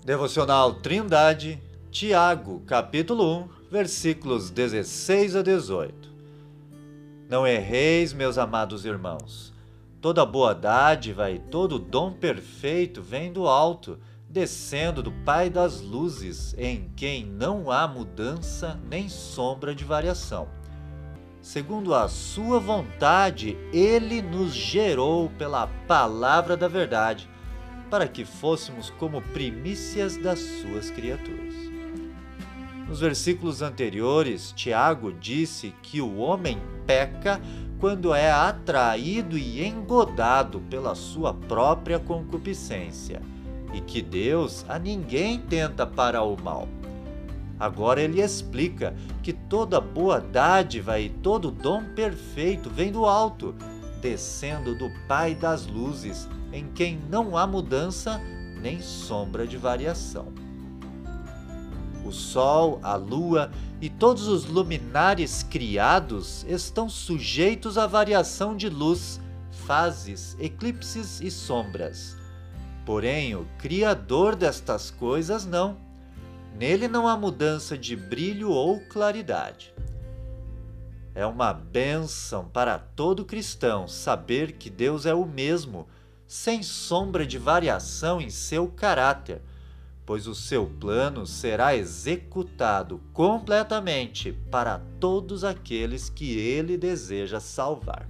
Devocional Trindade, Tiago, capítulo 1, versículos 16 a 18. Não erreis, meus amados irmãos. Toda boa dádiva e todo dom perfeito vem do alto, descendo do Pai das luzes, em quem não há mudança nem sombra de variação. Segundo a sua vontade, ele nos gerou pela palavra da verdade, para que fôssemos como primícias das suas criaturas. Nos versículos anteriores, Tiago disse que o homem peca quando é atraído e engodado pela sua própria concupiscência, e que Deus a ninguém tenta para o mal. Agora ele explica que toda boa dádiva e todo dom perfeito vem do alto, descendo do Pai das luzes, em quem não há mudança nem sombra de variação. O sol, a lua e todos os luminares criados estão sujeitos à variação de luz, fases, eclipses e sombras. Porém, o Criador destas coisas não. Nele não há mudança de brilho ou claridade. É uma bênção para todo cristão saber que Deus é o mesmo, sem sombra de variação em seu caráter, pois o seu plano será executado completamente para todos aqueles que ele deseja salvar.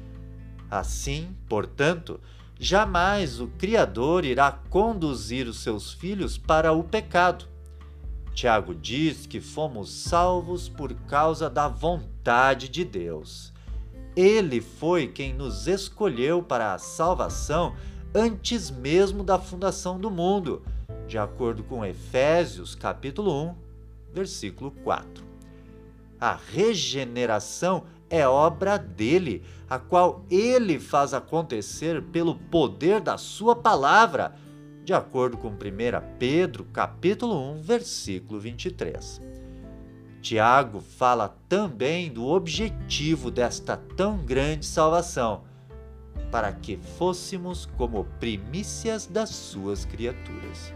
Assim, portanto, jamais o Criador irá conduzir os seus filhos para o pecado. Tiago diz que fomos salvos por causa da vontade de Deus. Ele foi quem nos escolheu para a salvação antes mesmo da fundação do mundo, de acordo com Efésios, capítulo 1, versículo 4. A regeneração é obra dele, a qual ele faz acontecer pelo poder da sua palavra, de acordo com 1 Pedro, capítulo 1, versículo 23. Tiago fala também do objetivo desta tão grande salvação, para que fôssemos como primícias das suas criaturas.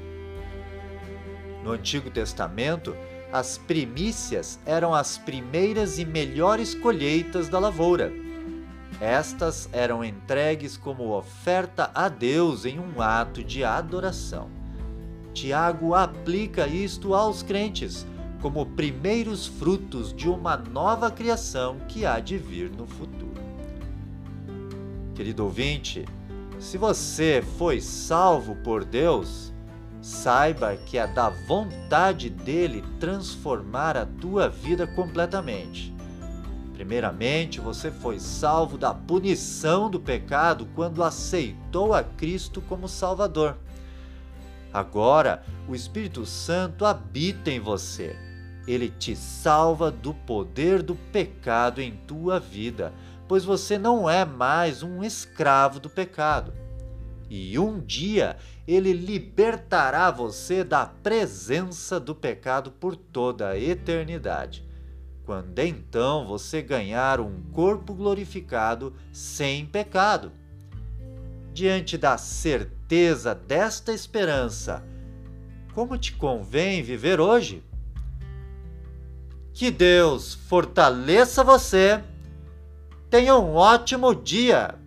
No Antigo Testamento, as primícias eram as primeiras e melhores colheitas da lavoura. Estas eram entregues como oferta a Deus em um ato de adoração. Tiago aplica isto aos crentes, como primeiros frutos de uma nova criação que há de vir no futuro. Querido ouvinte, se você foi salvo por Deus, saiba que é da vontade dele transformar a tua vida completamente. Primeiramente, você foi salvo da punição do pecado quando aceitou a Cristo como Salvador. Agora, o Espírito Santo habita em você. Ele te salva do poder do pecado em tua vida, pois você não é mais um escravo do pecado. E um dia ele libertará você da presença do pecado por toda a eternidade, quando então você ganhar um corpo glorificado sem pecado. Diante da certeza desta esperança, como te convém viver hoje? Que Deus fortaleça você. Tenha um ótimo dia!